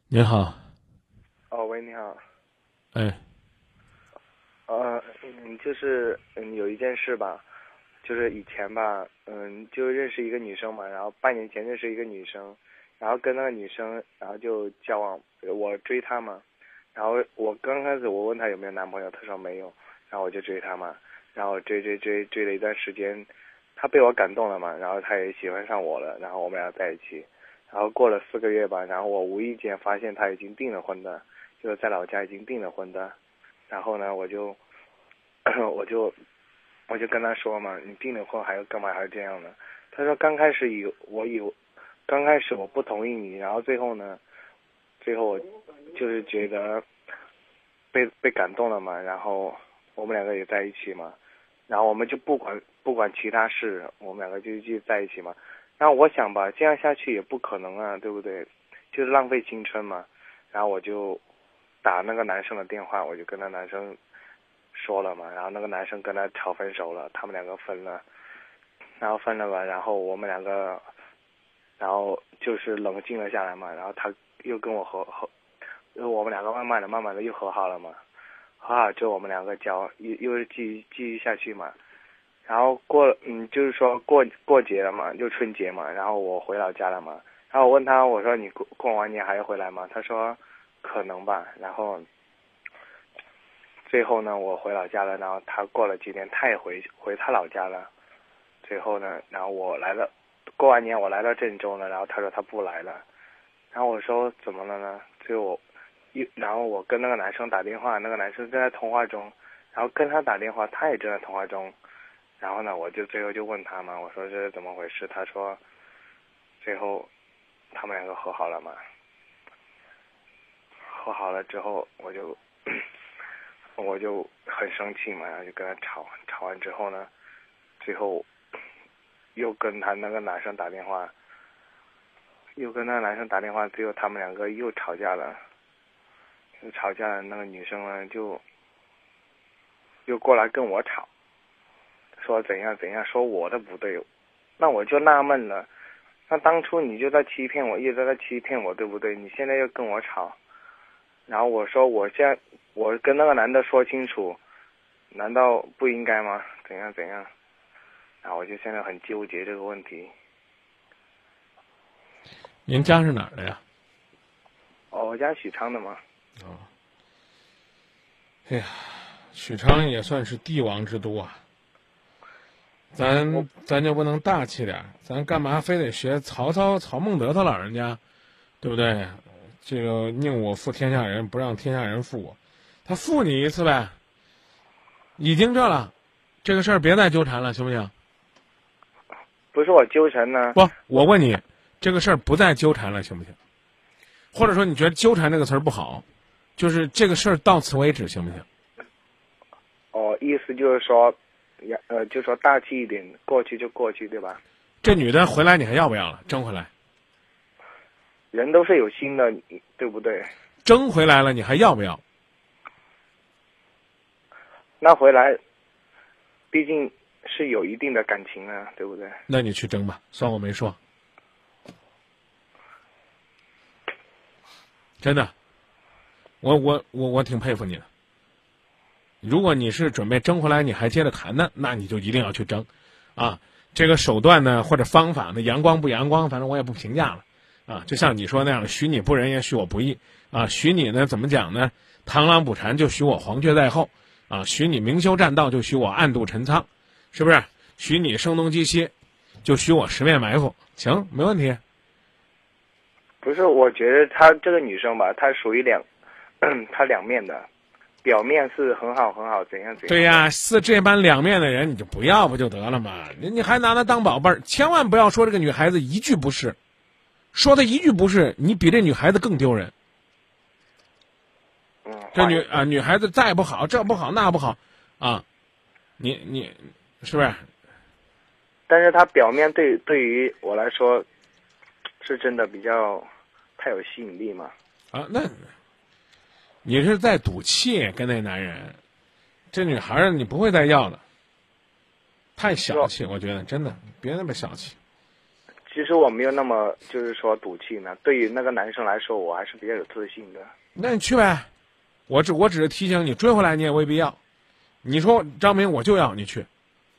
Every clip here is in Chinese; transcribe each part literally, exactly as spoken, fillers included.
您好。 哦，喂，你好。 哎。 呃，嗯，就是嗯，有一件事吧，就是以前吧，嗯，就认识一个女生嘛，然后半年前认识一个女生，然后跟那个女生，然后就交往，我追她嘛，然后我刚开始我问她有没有男朋友，她说没有，然后我就追她嘛，然后追追追追了一段时间，她被我感动了嘛，然后她也喜欢上我了，然后我们俩在一起，然后过了四个月吧，然后我无意间发现她已经订了婚的，就是在老家已经订了婚的。然后呢，我就，我就，我就跟他说嘛，你订了婚还要干嘛还是这样呢？他说刚开始以我以，刚开始我不同意你，然后最后呢，最后我就是觉得被被感动了嘛，然后我们两个也在一起嘛，然后我们就不管不管其他事，我们两个就继续在一起嘛。然后我想吧，这样下去也不可能啊，对不对？就是浪费青春嘛。然后我就打那个男生的电话，我就跟那男生说了嘛，然后那个男生跟他吵分手了，他们两个分了，然后分了吧，然后我们两个，然后就是冷静了下来嘛，然后他又跟我和和，我们两个慢慢的、慢慢的又和好了嘛，和好之后我们两个交又又是继续继续下去嘛，然后过嗯就是说过过节了嘛，就春节嘛，然后我回老家了嘛，然后我问他我说你过过完年还要回来吗？他说可能吧，然后最后呢我回老家了，然后他过了几年他也回回他老家了，最后呢然后我来了，过完年我来到郑州了，然后他说他不来了，然后我说怎么了呢？最后我一然后我跟那个男生打电话，那个男生正在通话中，然后跟他打电话他也正在通话中，然后呢我就最后就问他嘛，我说这是怎么回事？他说最后他们两个和好了嘛，和好了之后我就我就很生气嘛，然后就跟他吵，吵完之后呢，最后又跟他那个男生打电话，又跟那个男生打电话，最后他们两个又吵架了，又吵架了，那个女生呢就又过来跟我吵，说怎样怎样，说我的不对，那我就纳闷了，那当初你就在欺骗我，一直在欺骗我，对不对？你现在又跟我吵，然后我说我现在我跟那个男的说清楚，难道不应该吗？怎样怎样？然后我就现在很纠结这个问题。 您家是哪儿的呀？ 哦，我家许昌的嘛。 哦。哎呀，许昌也算是帝王之都啊。咱咱就不能大气点？咱干嘛非得学曹操、曹孟德他老人家，对不对？这个宁我负天下人，不让天下人负我。他负你一次呗，已经这了，这个事儿别再纠缠了，行不行？ 不是我纠缠呢。 不，我问你，这个事儿不再纠缠了，行不行？或者说你觉得纠缠这个词儿不好，就是这个事儿到此为止，行不行？ 哦，意思就是说，呀呃，就说大气一点，过去就过去，对吧？ 这女的回来你还要不要了？争回来？ 人都是有心的，对不对？ 争回来了你还要不要？ 那回来，毕竟是有一定的感情啊，对不对？ 那你去争吧，算我没说。真的，我我我我挺佩服你的。如果你是准备争回来，你还接着谈呢，那你就一定要去争，啊，这个手段呢或者方法呢，阳光不阳光，反正我也不评价了，啊，就像你说那样，许你不仁也许我不义，啊，许你呢怎么讲呢？螳螂捕蝉就许我黄雀在后，啊，许你明修栈道就许我暗度陈仓，是不是？许你声东击西，就许我十面埋伏，行，没问题。 不是，我觉得她这个女生吧，她属于两，她两面的，表面是很好很好，怎样怎样。 对呀，是这般两面的人，你就不要不就得了嘛？你你还拿她当宝贝儿，千万不要说这个女孩子一句不是，说她一句不是，你比这女孩子更丢人。 嗯， 这女啊，女孩子再不好，这不好那不好，啊，你你是不是？ 但是她表面对对于我来说，是真的比较太有吸引力嘛。 啊，那你是在赌气跟那男人，这女孩儿你不会再要的，太小气，我觉得真的别那么小气。 其其实我没有那么就是说赌气呢。对于那个男生来说，我还是比较有自信的。 那你去呗，我只我只是提醒你，追回来你也未必要。你说张明我就要你去，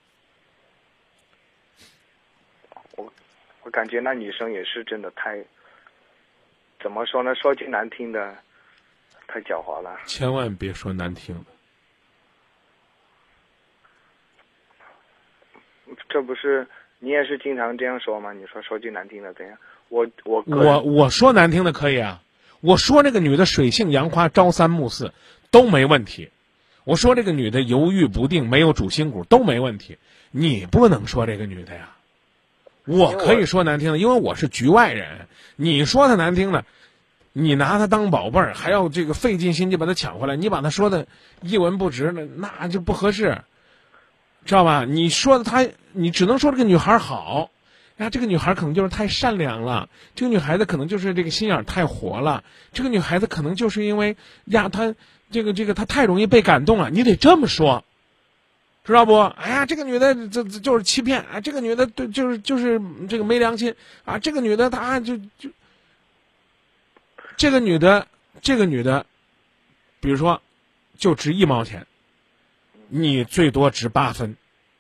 我我感觉那女生也是真的太，怎么说呢？说句难听的，太狡猾了。 千万别说难听的。 这不是你也是经常这样说吗？你说说句难听的怎样？我我我我说难听的可以啊，我说这个女的水性杨花、朝三暮四都没问题，我说这个女的犹豫不定、没有主心骨都没问题，你不能说这个女的呀。我可以说难听的，因为我是局外人。你说她难听的，你拿她当宝贝儿，还要这个费尽心机把她抢回来，你把她说的一文不值呢，那就不合适。知道吧？你说的她，你只能说这个女孩好，呀，这个女孩可能就是太善良了，这个女孩子可能就是这个心眼太活了，这个女孩子可能就是因为呀，她这个这个她太容易被感动了，你得这么说，知道不？哎呀，这个女的这这就是欺骗，啊，这个女的对就是就是这个没良心啊，这个女的她就就这个女的这个女的，比如说就值一毛钱。你最多值八分，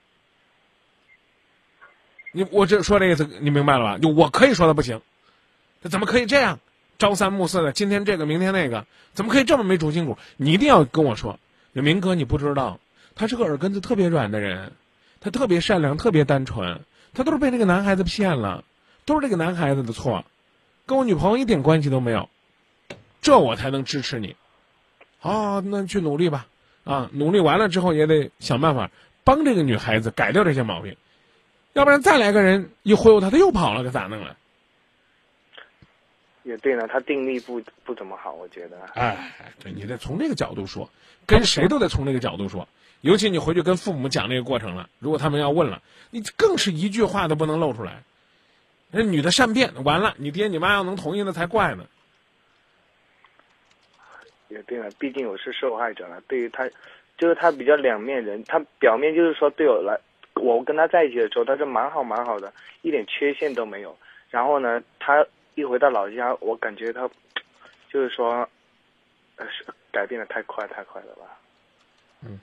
你我这说这意思你明白了吧？就我可以说他不行，他怎么可以这样朝三暮四的？今天这个明天那个，怎么可以这么没主心骨？你一定要跟我说，明哥你不知道，他是个耳根子特别软的人，他特别善良，特别单纯，他都是被这个男孩子骗了，都是这个男孩子的错，跟我女朋友一点关系都没有，这我才能支持你。好，那去努力吧。啊，努力完了之后也得想办法帮这个女孩子改掉这些毛病，要不然再来个人一忽悠她，她又跑了，可咋弄啊？ 也对呢，他定力不不怎么好，我觉得。 哎，对，你得从这个角度说，跟谁都得从这个角度说。尤其你回去跟父母讲这个过程了，如果他们要问了，你更是一句话都不能露出来。那女的善变，完了，你爹你妈要能同意那才怪呢。 也对了，毕竟我是受害者了。对于他，就是他比较两面人。他表面就是说对我来，我跟他在一起的时候，他是蛮好蛮好的，一点缺陷都没有。然后呢，他一回到老家，我感觉他就是说，呃，是改变的太快太快了吧。 嗯。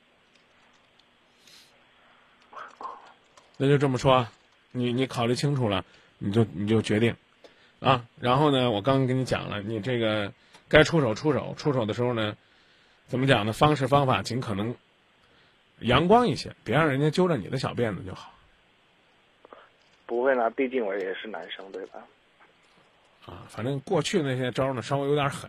那就这么说，你你考虑清楚了，你就你就决定，啊，然后呢，我刚刚跟你讲了，你这个。该出手出手，出手的时候呢，怎么讲呢？方式方法尽可能阳光一些，别让人家揪着你的小辫子就好。 不会啦，毕竟我也是男生，对吧？ 啊，反正过去那些招呢，稍微有点狠。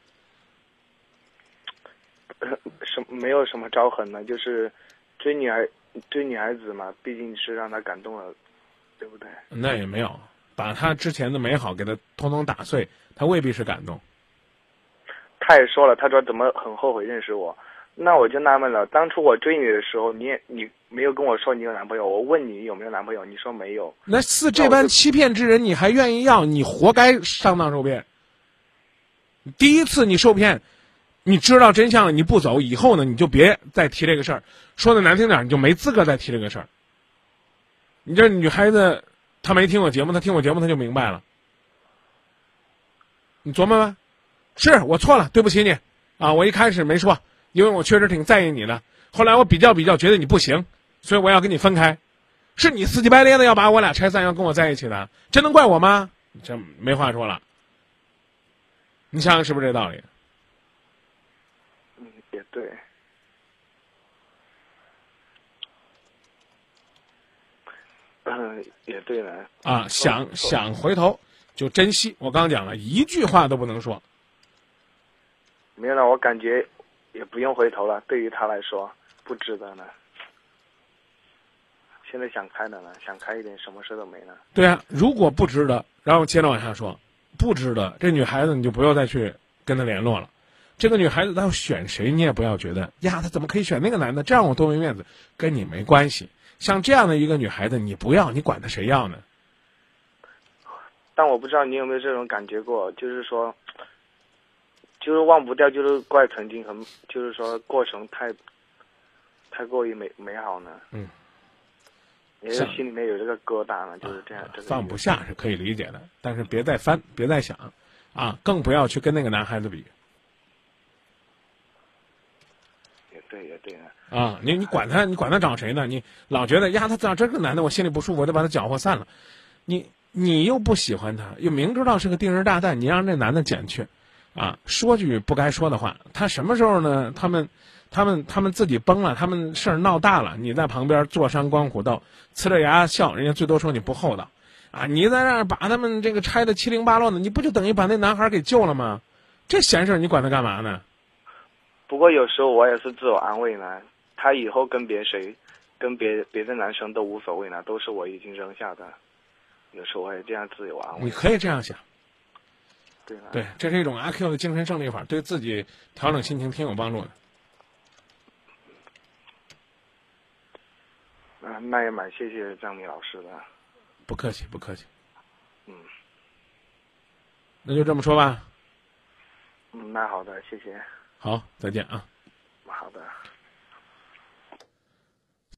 什没有什么招狠呢？就是追女孩追女孩子嘛，毕竟是让她感动了，对不对？ 那也没有，把她之前的美好给她通通打碎，她未必是感动。 他也说了，他说怎么很后悔认识我，那我就纳闷了。当初我追你的时候，你也你没有跟我说你有男朋友，我问你有没有男朋友，你说没有。 那似这般欺骗之人，你还愿意要？你活该上当受骗。第一次你受骗，你知道真相了，你不走，以后呢你就别再提这个事儿。说的难听点，你就没资格再提这个事儿。你这女孩子，她没听我节目，她听我节目，她就明白了。你琢磨吧。是我错了，对不起你，啊，我一开始没说，因为我确实挺在意你的。后来我比较比较，觉得你不行，所以我要跟你分开。是你死乞白咧的要把我俩拆散，要跟我在一起的，真能怪我吗？这没话说了。你想想是不是这道理？ 嗯，也对。嗯，也对了。 啊，想想回头就珍惜。我刚讲了一句话都不能说。 没有了，我感觉也不用回头了。对于他来说，不值得呢。现在想开了呢，想开一点，什么事都没了。 对啊，如果不值得，然后接着往下说，不值得，这女孩子你就不要再去跟她联络了。这个女孩子她要选谁，你也不要觉得呀，她怎么可以选那个男的？这样我多没面子，跟你没关系。像这样的一个女孩子，你不要，你管她谁要呢？ 但我不知道你有没有这种感觉过，就是说。就是忘不掉，就是怪曾经很，就是说过程太，太过于美美好呢。 嗯， 也是心里面有这个疙瘩呢，就是这样。这个放不下是可以理解的，但是别再翻，别再想，啊，更不要去跟那个男孩子比。 也对，也对呢。 啊，你你管他，你管他找谁呢？你老觉得呀，他找这个男的，我心里不舒服，我就把他搅和散了。你你又不喜欢他，又明知道是个定时炸弹，你让这男的减去，啊，说句不该说的话，他什么时候呢？他们。他们他们自己崩了，他们事儿闹大了，你在旁边坐山观虎斗，呲着牙笑，人家最多说你不厚道，啊，你在那儿把他们这个拆的七零八落的，你不就等于把那男孩给救了吗？这闲事你管他干嘛呢？ 不过有时候我也是自我安慰呢，他以后跟别谁，跟别别的男生都无所谓呢，都是我已经扔下的。有时候我也这样自我安慰。 你可以这样想。 对吧？ 对，这是一种阿 Q 的精神胜利法，对自己调整心情挺有帮助的。 啊，那也蛮谢谢张明老师的。 不客气，不客气。 嗯。 那就这么说吧。 嗯，那好的，谢谢。 好，再见啊。